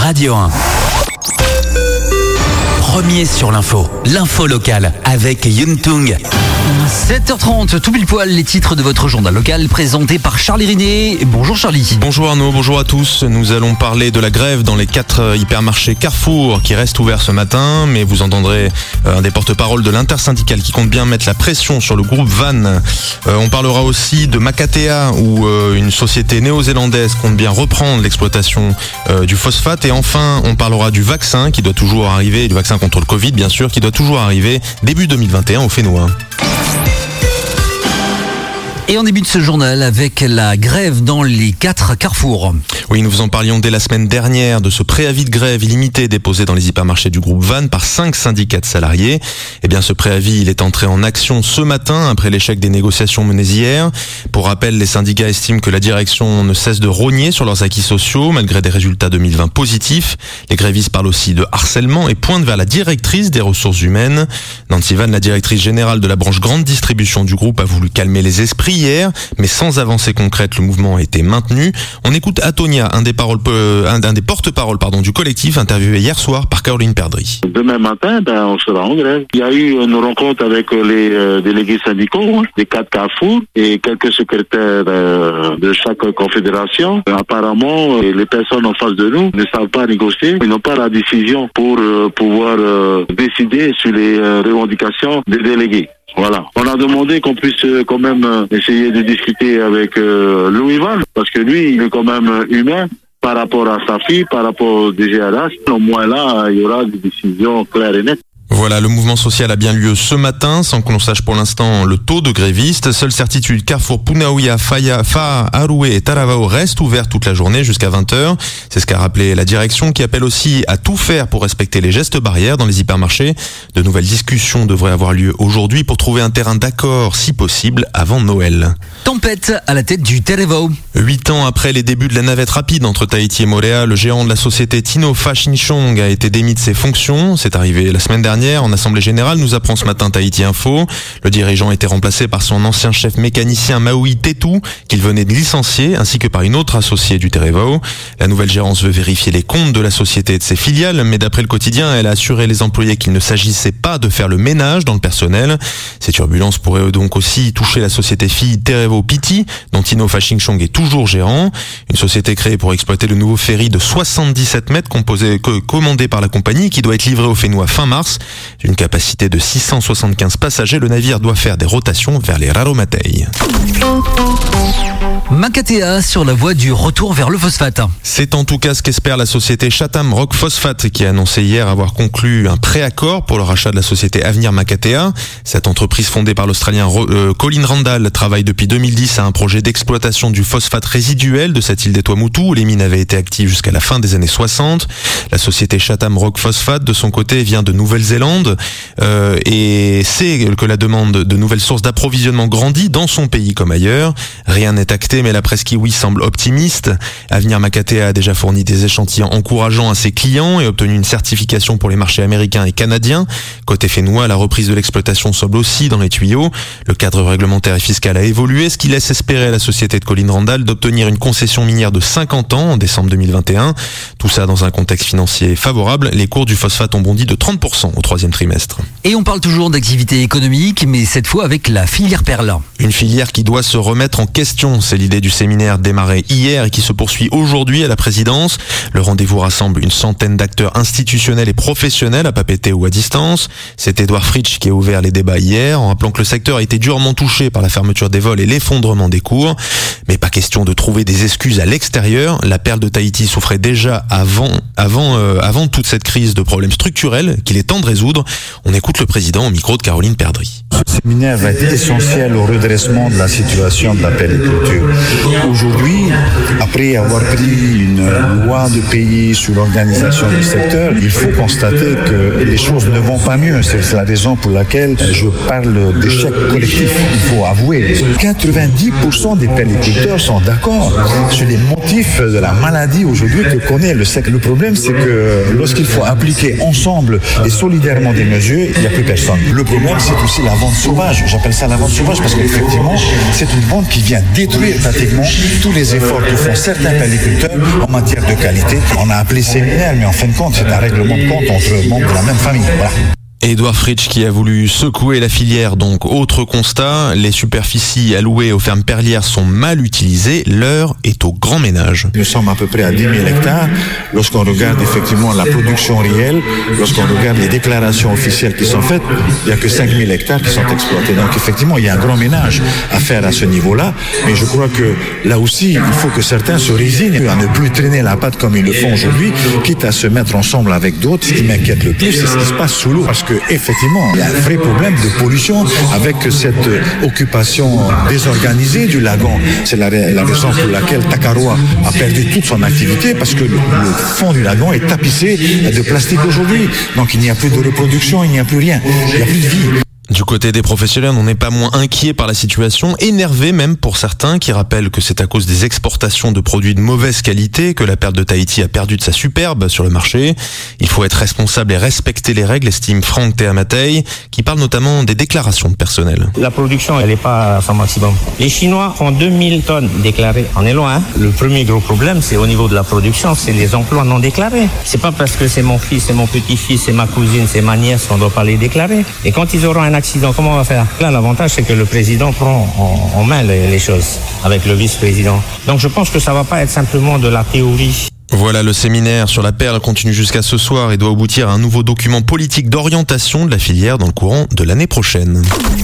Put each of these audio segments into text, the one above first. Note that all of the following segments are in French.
Radio 1. Premier sur l'info locale avec Yuntung. 7h30, tout pile poil, les titres de votre journal local présenté par Charlie Rinet. Bonjour Charlie. Bonjour Arnaud, bonjour à tous. Nous allons parler de la grève dans les 4 hypermarchés Carrefour qui restent ouverts ce matin, mais vous entendrez un des porte-parole de l'intersyndicale qui compte bien mettre la pression sur le groupe Van. On parlera aussi de Makatea où une société néo-zélandaise compte bien reprendre l'exploitation du phosphate. Et enfin, on parlera du vaccin qui doit toujours arriver, du vaccin contre le Covid bien sûr, qui doit toujours arriver début 2021 au Fénois. Et on débute ce journal avec la grève dans les 4 carrefours. Oui, nous vous en parlions dès la semaine dernière de ce préavis de grève illimité déposé dans les hypermarchés du groupe Van par 5 syndicats de salariés. Eh bien, ce préavis, il est entré en action ce matin après l'échec des négociations menées hier. Pour rappel, les syndicats estiment que la direction ne cesse de rogner sur leurs acquis sociaux malgré des résultats 2020 positifs. Les grévistes parlent aussi de harcèlement et pointent vers la directrice des ressources humaines. Nancy Van, la directrice générale de la branche grande distribution du groupe, a voulu calmer les esprits hier, mais sans avancée concrète, le mouvement a été maintenu. On écoute Atonia, un des porte-parole du collectif, interviewé hier soir par Caroline Perdry. Demain matin, on sera en grève. Il y a eu une rencontre avec les délégués syndicaux des 4 Carrefour et quelques secrétaires de chaque confédération. Apparemment, les personnes en face de nous ne savent pas négocier. Ils n'ont pas la décision pour pouvoir décider sur les revendications des délégués. Voilà. On a demandé qu'on puisse quand même essayer de discuter avec Louis Van, parce que lui, il est quand même humain par rapport à sa fille, par rapport au DGRH. Au moins là, il y aura des décisions claires et nettes. Voilà, le mouvement social a bien lieu ce matin, sans que l'on sache pour l'instant le taux de grévistes. Seule certitude, Carrefour, Punaouia, Fa'a, Aroué et Taravao restent ouverts toute la journée jusqu'à 20h. C'est ce qu'a rappelé la direction qui appelle aussi à tout faire pour respecter les gestes barrières dans les hypermarchés. De nouvelles discussions devraient avoir lieu aujourd'hui pour trouver un terrain d'accord, si possible, avant Noël. Tempête à la tête du Taravao. 8 ans après les débuts de la navette rapide entre Tahiti et Moorea, le géant de la société Tino Fashinchong a été démis de ses fonctions. C'est arrivé la semaine dernière en Assemblée Générale, nous apprend ce matin Tahiti Info. Le dirigeant était remplacé par son ancien chef mécanicien Maui Tetu, qu'il venait de licencier, ainsi que par une autre associée du Taravao. La nouvelle gérance veut vérifier les comptes de la société et de ses filiales, mais d'après le quotidien, elle a assuré les employés qu'il ne s'agissait pas de faire le ménage dans le personnel. Ces turbulences pourraient donc aussi toucher la société fille Taravao Piti, dont Tino Fashinchong est toujours gérant. Une société créée pour exploiter le nouveau ferry de 77 mètres commandé par la compagnie, qui doit être livré au Fénois fin mars. D'une capacité de 675 passagers, le navire doit faire des rotations vers les Raromatei. Makatea sur la voie du retour vers le phosphate. C'est en tout cas ce qu'espère la société Chatham Rock Phosphate qui a annoncé hier avoir conclu un préaccord pour le rachat de la société Avenir Makatea. Cette entreprise fondée par l'Australien Colin Randall travaille depuis 2010 à un projet d'exploitation du phosphate résiduel de cette île des Tuamotu où les mines avaient été actives jusqu'à la fin des années 60. La société Chatham Rock Phosphate de son côté vient de Nouvelle-Zélande et sait que la demande de nouvelles sources d'approvisionnement grandit dans son pays comme ailleurs. Rien n'est acté, mais la presse kiwi semble optimiste. Avenir Makatea a déjà fourni des échantillons encourageants à ses clients et obtenu une certification pour les marchés américains et canadiens. Côté fénois, la reprise de l'exploitation semble aussi dans les tuyaux. Le cadre réglementaire et fiscal a évolué, ce qui laisse espérer à la société de Colin Randall d'obtenir une concession minière de 50 ans en décembre 2021. Tout ça dans un contexte financier favorable. Les cours du phosphate ont bondi de 30% au 3e trimestre. Et on parle toujours d'activité économique, mais cette fois avec la filière perle. Une filière qui doit se remettre en question, c'est l'idée du séminaire démarré hier et qui se poursuit aujourd'hui à la présidence. Le rendez-vous rassemble une centaine d'acteurs institutionnels et professionnels à Papeete ou à distance. C'est Edouard Fritsch qui a ouvert les débats hier en rappelant que le secteur a été durement touché par la fermeture des vols et l'effondrement des cours. Mais pas question de trouver des excuses à l'extérieur. La perle de Tahiti souffrait déjà avant toute cette crise de problèmes structurels qu'il est temps de résoudre. On écoute le président au micro de Caroline Perdry. Ce séminaire va être essentiel au redressement de la situation de la perliculture. Aujourd'hui, après avoir pris une loi de pays sur l'organisation du secteur, il faut constater que les choses ne vont pas mieux. C'est la raison pour laquelle je parle d'échec collectif. Il faut avouer, 90% des perliculteurs sont d'accord sur les motifs de la maladie aujourd'hui que connaît le secteur. Le problème, c'est que lorsqu'il faut appliquer ensemble et solidairement des mesures, il n'y a plus personne. Le problème, c'est aussi la vente sauvage. J'appelle ça la vente sauvage parce qu'effectivement, c'est une vente qui vient détruire sympathiquement tous les efforts que font certains pelliculteurs en matière de qualité. On a appelé séminaire, mais en fin de compte, c'est un règlement de compte entre membres de la même famille. Voilà. Édouard Fritsch qui a voulu secouer la filière. Donc, autre constat, les superficies allouées aux fermes perlières sont mal utilisées. L'heure est au grand ménage. Nous sommes à peu près à 10 000 hectares. Lorsqu'on regarde effectivement la production réelle, lorsqu'on regarde les déclarations officielles qui sont faites, il n'y a que 5 000 hectares qui sont exploités. Donc, effectivement, il y a un grand ménage à faire à ce niveau-là. Mais je crois que là aussi, il faut que certains se résignent à ne plus traîner la patte comme ils le font aujourd'hui, quitte à se mettre ensemble avec d'autres. Ce qui m'inquiète le plus, c'est ce qui se passe sous l'eau. Parce que effectivement, il y a un vrai problème de pollution avec cette occupation désorganisée du lagon. C'est la raison pour laquelle Takaroa a perdu toute son activité, parce que le fond du lagon est tapissé de plastique aujourd'hui. Donc il n'y a plus de reproduction, il n'y a plus rien, il n'y a plus de vie. Du côté des professionnels, on n'est pas moins inquiet par la situation, énervé même pour certains qui rappellent que c'est à cause des exportations de produits de mauvaise qualité que la perle de Tahiti a perdu de sa superbe sur le marché. Il faut être responsable et respecter les règles, estime Franck Teamatei, qui parle notamment des déclarations de personnel. La production, elle n'est pas à son maximum. Les Chinois font 2000 tonnes déclarées. On est loin. Le premier gros problème, c'est au niveau de la production, c'est les emplois non déclarés. C'est pas parce que c'est mon fils, c'est mon petit-fils, c'est ma cousine, c'est ma nièce qu'on ne doit pas les déclarer. Et quand ils auront un accident, comment on va faire? Là, l'avantage, c'est que le président prend en main les choses avec le vice-président. Donc, je pense que ça va pas être simplement de la théorie. Voilà, le séminaire sur la perle continue jusqu'à ce soir et doit aboutir à un nouveau document politique d'orientation de la filière dans le courant de l'année prochaine.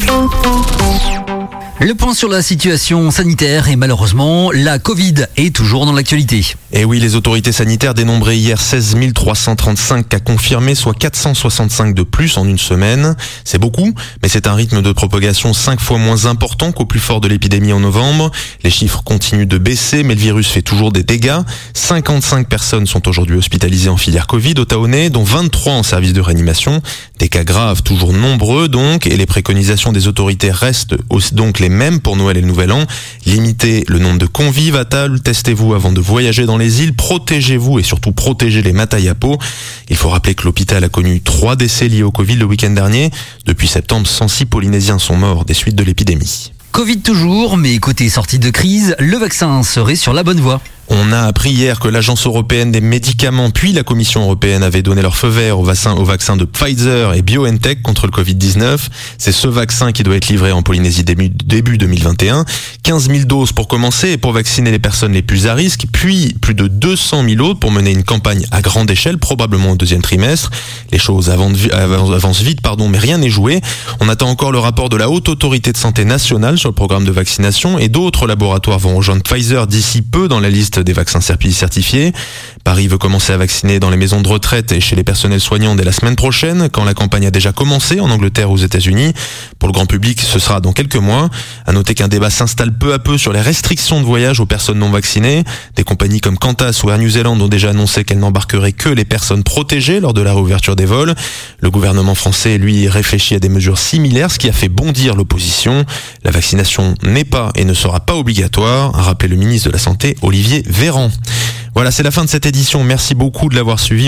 Le point sur la situation sanitaire et malheureusement, la Covid est toujours dans l'actualité. Et oui, les autorités sanitaires dénombraient hier 16 335 cas confirmés, soit 465 de plus en une semaine. C'est beaucoup, mais c'est un rythme de propagation 5 fois moins important qu'au plus fort de l'épidémie en novembre. Les chiffres continuent de baisser, mais le virus fait toujours des dégâts. 55 personnes sont aujourd'hui hospitalisées en filière Covid au Taonais, dont 23 en service de réanimation. Des cas graves toujours nombreux donc, et les préconisations des autorités restent donc les mêmes pour Noël et le Nouvel An. Limitez le nombre de convives à table, testez-vous avant de voyager dans les îles, protégez-vous et surtout protégez les Matayapo. Il faut rappeler que l'hôpital a connu 3 décès liés au Covid le week-end dernier. Depuis septembre, 106 Polynésiens sont morts des suites de l'épidémie. Covid toujours, mais côté sortie de crise, le vaccin serait sur la bonne voie. On a appris hier que l'Agence européenne des médicaments puis la Commission européenne avaient donné leur feu vert au vaccin de Pfizer et BioNTech contre le Covid-19. C'est ce vaccin qui doit être livré en Polynésie début 2021. 15 000 doses pour commencer et pour vacciner les personnes les plus à risque, puis plus de 200 000 autres pour mener une campagne à grande échelle, probablement au deuxième trimestre. Les choses avancent vite, mais rien n'est joué. On attend encore le rapport de la Haute Autorité de Santé Nationale sur le programme de vaccination et d'autres laboratoires vont rejoindre Pfizer d'ici peu dans la liste des vaccins certifiés. Paris veut commencer à vacciner dans les maisons de retraite et chez les personnels soignants dès la semaine prochaine, quand la campagne a déjà commencé en Angleterre ou aux États-Unis. Pour le grand public, ce sera dans quelques mois. À noter qu'un débat s'installe peu à peu sur les restrictions de voyage aux personnes non vaccinées. Des compagnies comme Qantas ou Air New Zealand ont déjà annoncé qu'elles n'embarqueraient que les personnes protégées lors de la réouverture des vols. Le gouvernement français, lui, réfléchit à des mesures similaires, ce qui a fait bondir l'opposition. La vaccination n'est pas et ne sera pas obligatoire, a rappelé le ministre de la Santé, Olivier Véran. Voilà, c'est la fin de cette édition. Merci beaucoup de l'avoir suivi.